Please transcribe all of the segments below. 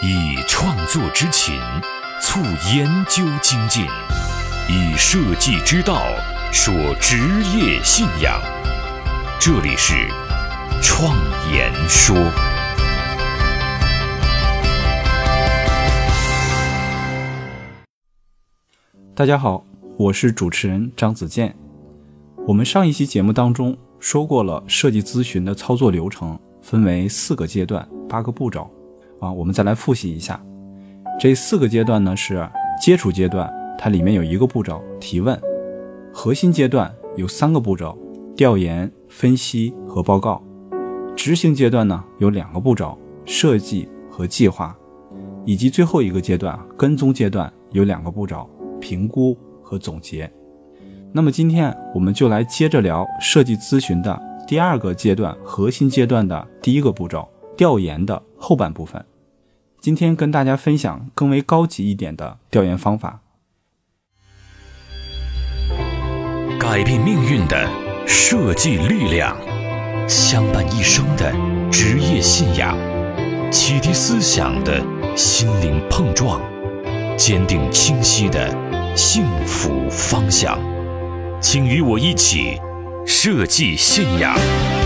以创作之情促研究精进，以设计之道说职业信仰。这里是创研说。 大家好，我是主持人张子健。我们上一期节目当中说过了设计咨询的操作流程分为4个阶段8个步骤我们再来复习一下。这4个阶段呢是接触阶段，它里面有1个步骤提问；核心阶段有3个步骤调研、分析和报告；执行阶段呢有2个步骤设计和计划；以及最后一个阶段跟踪阶段有2个步骤评估和总结。那么今天我们就来接着聊设计咨询的第2个阶段核心阶段的第1个步骤调研的后半部分。今天跟大家分享更为高级一点的调研方法。 改变命运的设计力量，相伴一生的职业信仰，启迪思想的心灵碰撞，坚定清晰的幸福方向。请与我一起设计信仰。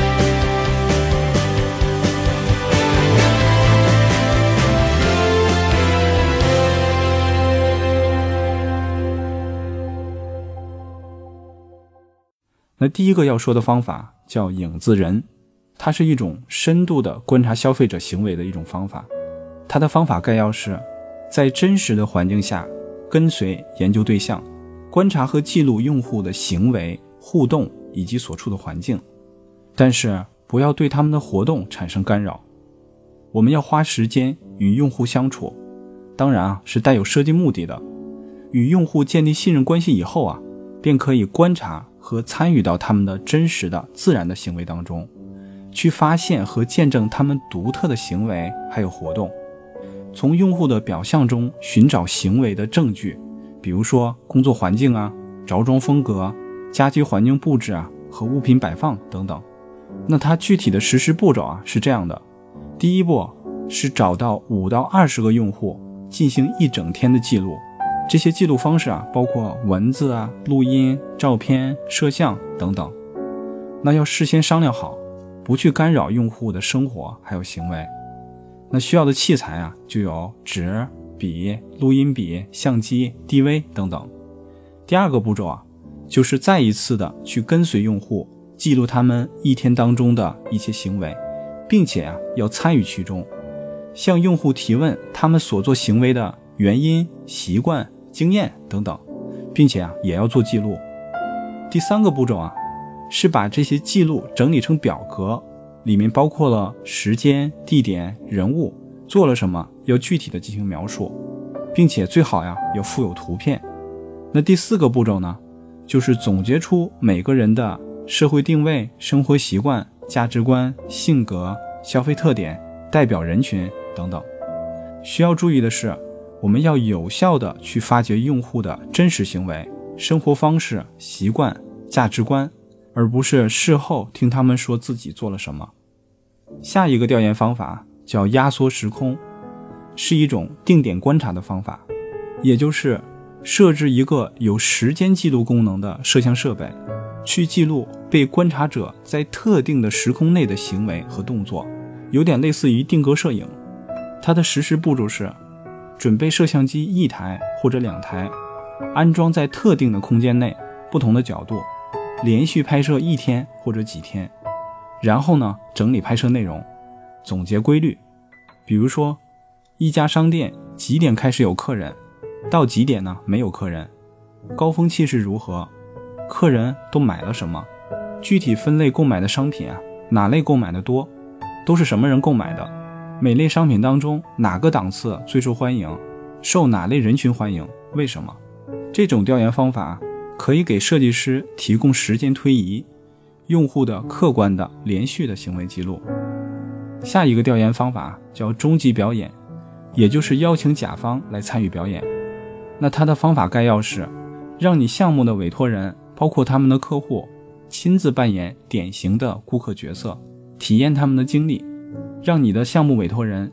那第一个要说的方法叫影子人，它是一种深度的观察消费者行为的一种方法。它的方法概要是在真实的环境下跟随研究对象，观察和记录用户的行为、互动以及所处的环境，但是不要对他们的活动产生干扰。我们要花时间与用户相处，当然是带有设计目的的。与用户建立信任关系以后便可以观察和参与到他们的真实的自然的行为当中，去发现和见证他们独特的行为还有活动，从用户的表象中寻找行为的证据，比如说工作环境着装风格、家居环境布置和物品摆放等等。那它具体的实施步骤是这样的。第一步是找到5到20个用户进行1整天的记录，这些记录方式包括文字录音、照片、摄像等等。那要事先商量好，不去干扰用户的生活还有行为。那需要的器材就有纸、笔、录音笔、相机、DV 等等。第2个步骤就是再一次的去跟随用户，记录他们一天当中的一些行为，并且要参与其中，向用户提问他们所做行为的原因、习惯、经验等等，并且也要做记录。第3个步骤是把这些记录整理成表格，里面包括了时间、地点、人物，做了什么要具体的进行描述，并且最好要附有图片。那第4个步骤呢，就是总结出每个人的社会定位、生活习惯、价值观、性格、消费特点、代表人群等等。需要注意的是，我们要有效地去发掘用户的真实行为、生活方式、习惯、价值观，而不是事后听他们说自己做了什么。下一个调研方法叫压缩时空，是一种定点观察的方法，也就是设置一个有时间记录功能的摄像设备，去记录被观察者在特定的时空内的行为和动作，有点类似于定格摄影。它的实施步骤是准备摄像机1台或者2台，安装在特定的空间内，不同的角度，连续拍摄1天或者几天，然后呢整理拍摄内容，总结规律。比如说一家商店几点开始有客人，到几点呢没有客人，高峰期是如何，客人都买了什么，具体分类购买的商品哪类购买的多，都是什么人购买的，每类商品当中哪个档次最受欢迎，受哪类人群欢迎，为什么。这种调研方法可以给设计师提供时间推移、用户的客观的连续的行为记录。下一个调研方法叫终极表演，也就是邀请甲方来参与表演。那它的方法概要是让你项目的委托人包括他们的客户亲自扮演典型的顾客角色，体验他们的经历，让你的项目委托人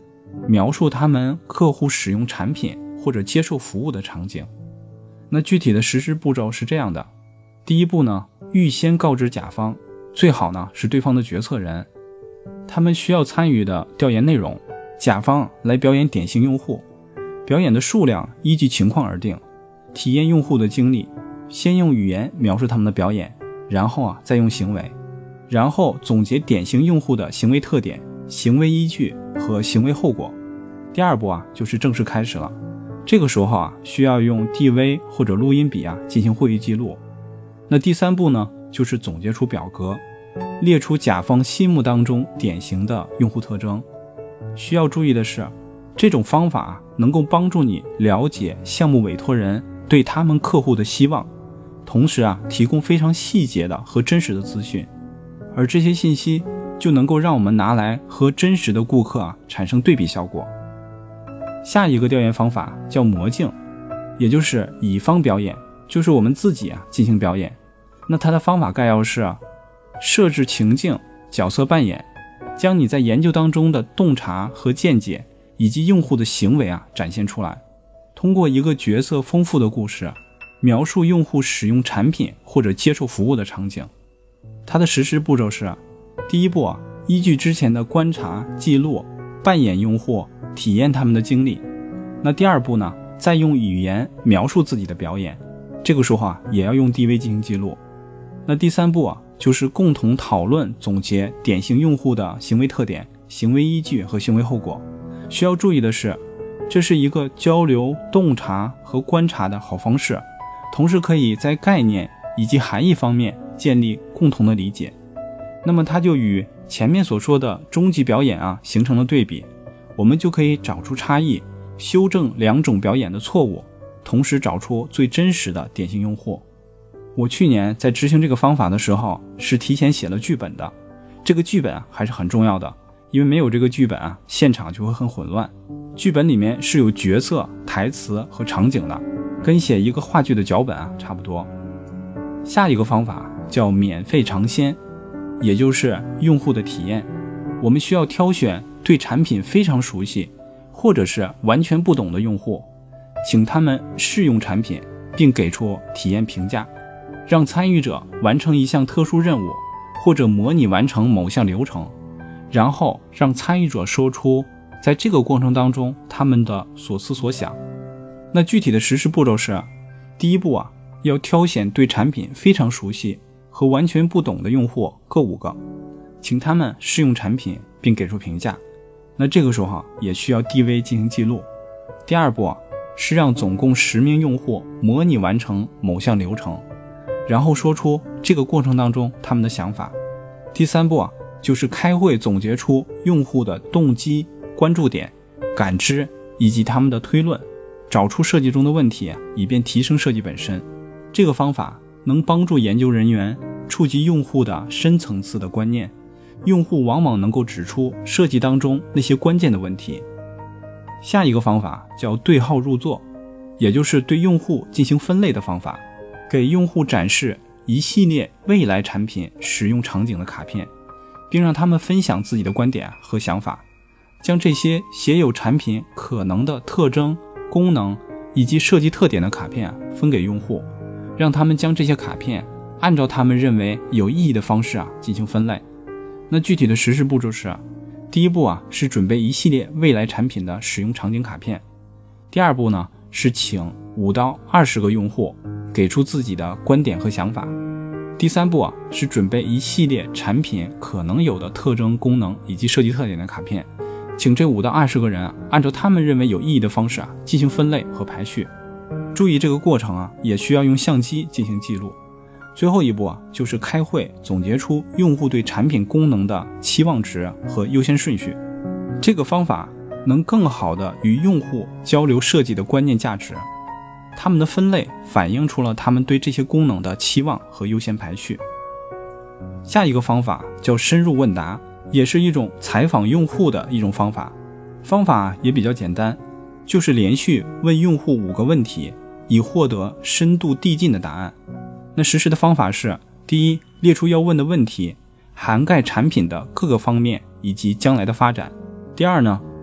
描述他们客户使用产品或者接受服务的场景。那具体的实施步骤是这样的，第一步呢，预先告知甲方，最好呢是对方的决策人，他们需要参与的调研内容，甲方来表演典型用户，表演的数量依据情况而定，体验用户的经历，先用语言描述他们的表演，然后再用行为，然后总结典型用户的行为特点、行为依据和行为后果。第二步就是正式开始了，这个时候需要用 DV 或者录音笔进行会议记录。那第三步呢，就是总结出表格，列出甲方心目当中典型的用户特征。需要注意的是，这种方法能够帮助你了解项目委托人对他们客户的希望，同时提供非常细节的和真实的资讯，而这些信息就能够让我们拿来和真实的顾客产生对比效果。下一个调研方法叫模镜，也就是乙方表演，就是我们自己进行表演。那它的方法概要是设置情境、角色扮演，将你在研究当中的洞察和见解以及用户的行为展现出来，通过一个角色丰富的故事描述用户使用产品或者接受服务的场景。它的实施步骤是，第一步依据之前的观察、记录，扮演用户，体验他们的经历。那第二步呢，再用语言描述自己的表演，这个时候也要用 DV 进行记录。那第三步就是共同讨论总结典型用户的行为特点、行为依据和行为后果。需要注意的是，这是一个交流、洞察和观察的好方式，同时可以在概念以及含义方面建立共同的理解。那么它就与前面所说的终极表演形成了对比，我们就可以找出差异，修正两种表演的错误，同时找出最真实的典型用户。我去年在执行这个方法的时候是提前写了剧本的，这个剧本还是很重要的，因为没有这个剧本现场就会很混乱。剧本里面是有角色、台词和场景的，跟写一个话剧的脚本差不多。下一个方法叫免费尝鲜，也就是用户的体验。我们需要挑选对产品非常熟悉或者是完全不懂的用户，请他们试用产品并给出体验评价，让参与者完成一项特殊任务或者模拟完成某项流程，然后让参与者说出在这个过程当中他们的所思所想。那具体的实施步骤是，第一步要挑选对产品非常熟悉和完全不懂的用户各5个，请他们试用产品并给出评价。那这个时候也需要 DV 进行记录。第二步是让总共10名用户模拟完成某项流程，然后说出这个过程当中他们的想法。第三步就是开会总结出用户的动机、关注点、感知以及他们的推论，找出设计中的问题，以便提升设计本身。这个方法能帮助研究人员触及用户的深层次的观念，用户往往能够指出设计当中那些关键的问题。下一个方法叫对号入座，也就是对用户进行分类的方法，给用户展示一系列未来产品使用场景的卡片，并让他们分享自己的观点和想法，将这些写有产品可能的特征、功能以及设计特点的卡片分给用户，让他们将这些卡片按照他们认为有意义的方式进行分类。那具体的实施步骤是，第一步是准备一系列未来产品的使用场景卡片。第二步呢是请5到20个用户给出自己的观点和想法。第三步是准备一系列产品可能有的特征、功能以及设计特点的卡片，请这5到20个人按照他们认为有意义的方式进行分类和排序。注意这个过程也需要用相机进行记录。最后一步就是开会总结出用户对产品功能的期望值和优先顺序。这个方法能更好地与用户交流设计的观念价值，他们的分类反映出了他们对这些功能的期望和优先排序。下一个方法叫深入问答，也是一种采访用户的一种方法。方法也比较简单，就是连续问用户5个问题，以获得深度递进的答案。那实施的方法是，第一，列出要问的问题，涵盖产品的各个方面以及将来的发展。第二呢，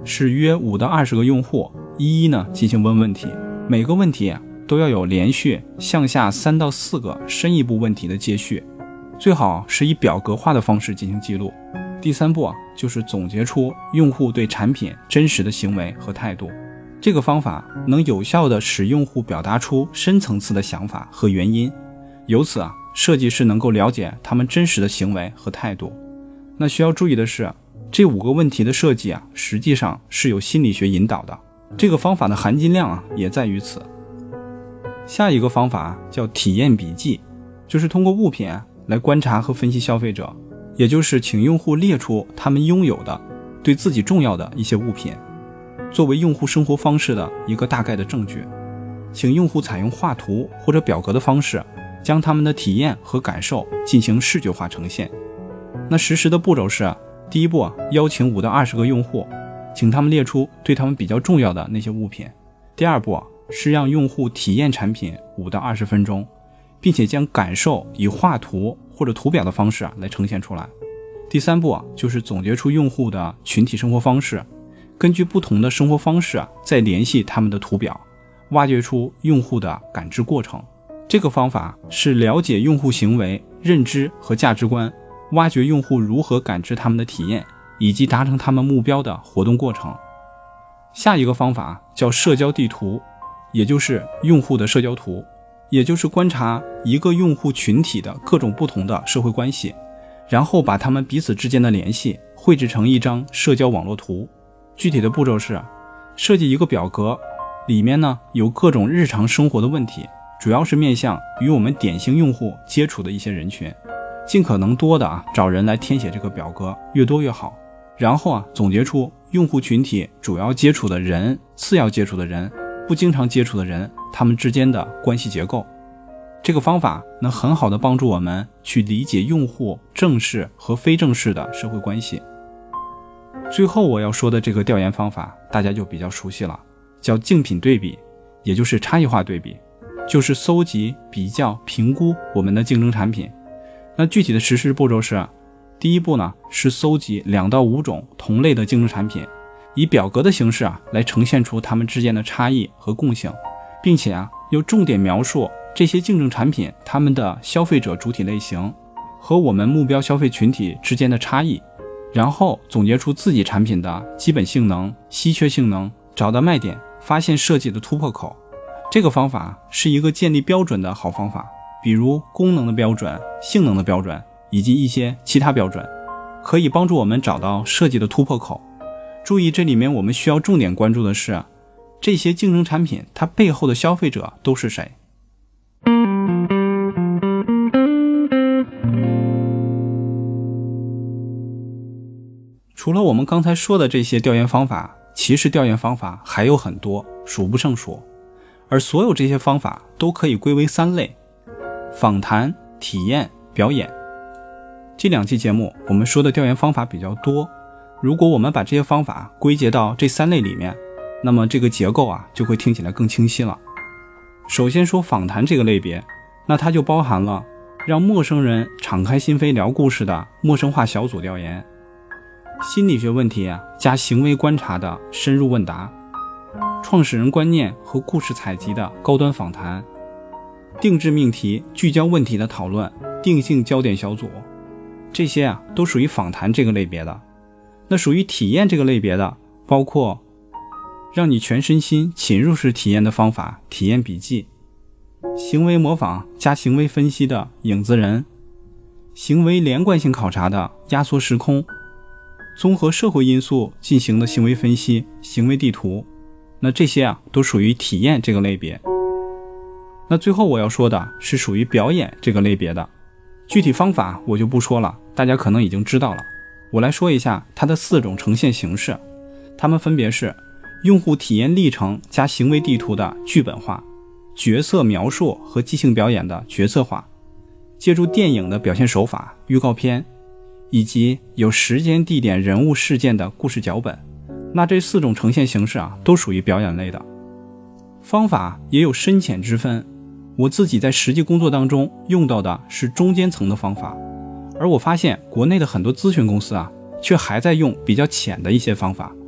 是约5到20个用户一一呢进行问问题，每个问题都要有连续向下3到4个深一步问题的接续，最好是以表格化的方式进行记录。第3步就是总结出用户对产品真实的行为和态度。这个方法能有效地使用户表达出深层次的想法和原因，由此设计师能够了解他们真实的行为和态度。那需要注意的是，这5个问题的设计实际上是有心理学引导的，这个方法的含金量也在于此。下一个方法叫体验笔记，就是通过物品来观察和分析消费者，也就是请用户列出他们拥有的对自己重要的一些物品，作为用户生活方式的一个大概的证据，请用户采用画图或者表格的方式，将他们的体验和感受进行视觉化呈现。那实施的步骤是，第一步邀请5到20个用户，请他们列出对他们比较重要的那些物品。第二步是让用户体验产品5到20分钟，并且将感受以画图或者图表的方式来呈现出来。第3步就是总结出用户的群体生活方式，根据不同的生活方式再联系他们的图表，挖掘出用户的感知过程。这个方法是了解用户行为、认知和价值观，挖掘用户如何感知他们的体验，以及达成他们目标的活动过程。下一个方法叫社交地图，也就是用户的社交图，也就是观察一个用户群体的各种不同的社会关系，然后把他们彼此之间的联系绘制成一张社交网络图。具体的步骤是，设计一个表格，里面呢有各种日常生活的问题，主要是面向与我们典型用户接触的一些人群，尽可能多的找人来填写这个表格，越多越好。然后总结出用户群体主要接触的人、次要接触的人、不经常接触的人，他们之间的关系结构。这个方法能很好的帮助我们去理解用户正式和非正式的社会关系。最后我要说的这个调研方法大家就比较熟悉了，叫竞品对比，也就是差异化对比，就是搜集、比较、评估我们的竞争产品。那具体的实施步骤是，第一步呢是搜集2到5种同类的竞争产品，以表格的形式来呈现出它们之间的差异和共性，并且又重点描述这些竞争产品它们的消费者主体类型和我们目标消费群体之间的差异，然后总结出自己产品的基本性能、稀缺性能，找到卖点，发现设计的突破口。这个方法是一个建立标准的好方法，比如功能的标准、性能的标准以及一些其他标准，可以帮助我们找到设计的突破口。注意，这里面我们需要重点关注的是，这些竞争产品它背后的消费者都是谁。除了我们刚才说的这些调研方法，其实调研方法还有很多，数不胜数。而所有这些方法都可以归为3类：访谈、体验、表演。这2期节目我们说的调研方法比较多，如果我们把这些方法归结到这3类里面，那么这个结构就会听起来更清晰了。首先说访谈这个类别，那它就包含了让陌生人敞开心扉聊故事的陌生化小组调研，心理学问题加行为观察的深入问答，创始人观念和故事采集的高端访谈，定制命题聚焦问题的讨论定性焦点小组，这些都属于访谈这个类别的。那属于体验这个类别的，包括让你全身心侵入式体验的方法体验笔记，行为模仿加行为分析的影子人，行为连贯性考察的压缩时空，综合社会因素进行的行为分析行为地图。那这些都属于体验这个类别。那最后我要说的是属于表演这个类别的，具体方法我就不说了，大家可能已经知道了。我来说一下它的4种呈现形式，它们分别是用户体验历程加行为地图的剧本化，角色描述和即兴表演的角色化，借助电影的表现手法预告片，以及有时间地点人物事件的故事脚本。那这4种呈现形式都属于表演类的。方法也有深浅之分，我自己在实际工作当中用到的是中间层的方法，而我发现国内的很多咨询公司却还在用比较浅的一些方法，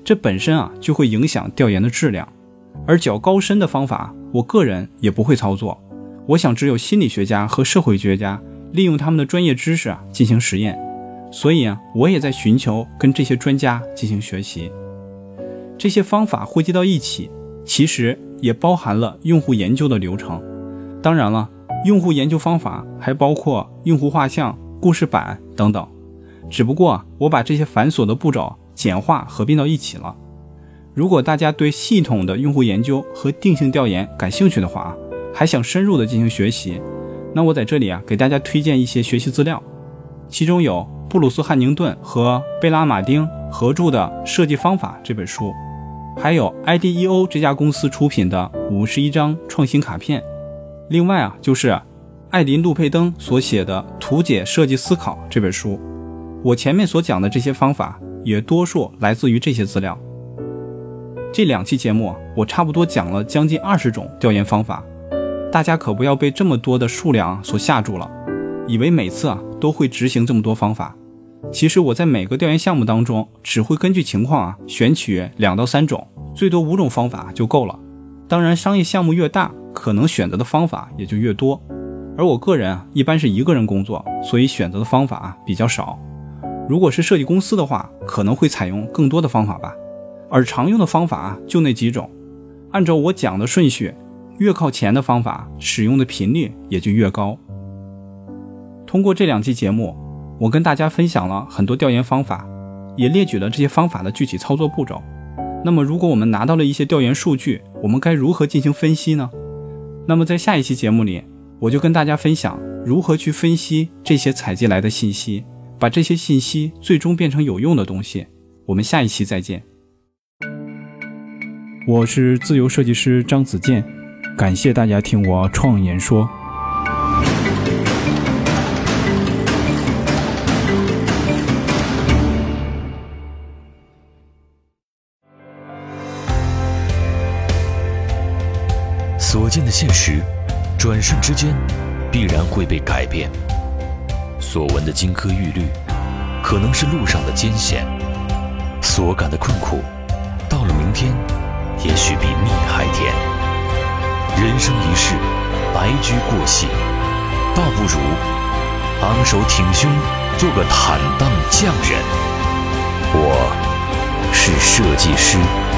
这本身就会影响调研的质量。而较高深的方法，我个人也不会操作。我想只有心理学家和社会学家利用他们的专业知识进行实验，所以我也在寻求跟这些专家进行学习。这些方法汇集到一起，其实也包含了用户研究的流程。当然了，用户研究方法还包括用户画像、故事板等等，只不过我把这些繁琐的步骤简化合并到一起了。如果大家对系统的用户研究和定性调研感兴趣的话，还想深入的进行学习，那我在这里给大家推荐一些学习资料，其中有布鲁斯·汉宁顿和贝拉·马丁合著的《设计方法》这本书，还有 IDEO 这家公司出品的51张创新卡片。另外就是艾琳·路佩登所写的《图解设计思考》这本书。我前面所讲的这些方法也多数来自于这些资料。这2期节目我差不多讲了将近20种调研方法，大家可不要被这么多的数量所吓住了，以为每次都会执行这么多方法。其实我在每个调研项目当中只会根据情况选取2到3种，最多5种方法就够了。当然商业项目越大，可能选择的方法也就越多，而我个人一般是一个人工作，所以选择的方法比较少。如果是设计公司的话，可能会采用更多的方法吧，而常用的方法就那几种。按照我讲的顺序，越靠前的方法使用的频率也就越高。通过这2期节目，我跟大家分享了很多调研方法，也列举了这些方法的具体操作步骤。那么如果我们拿到了一些调研数据，我们该如何进行分析呢？那么在下一期节目里，我就跟大家分享如何去分析这些采集来的信息，把这些信息最终变成有用的东西。我们下一期再见。我是自由设计师张子健，感谢大家听我创言说。 所见的现实，转瞬之间必然会被改变；所闻的金科玉律，可能是路上的艰险；所感的困苦，到了明天，也许比蜜还甜。人生一世，白驹过隙，倒不如昂首挺胸，做个坦荡匠人。我是设计师。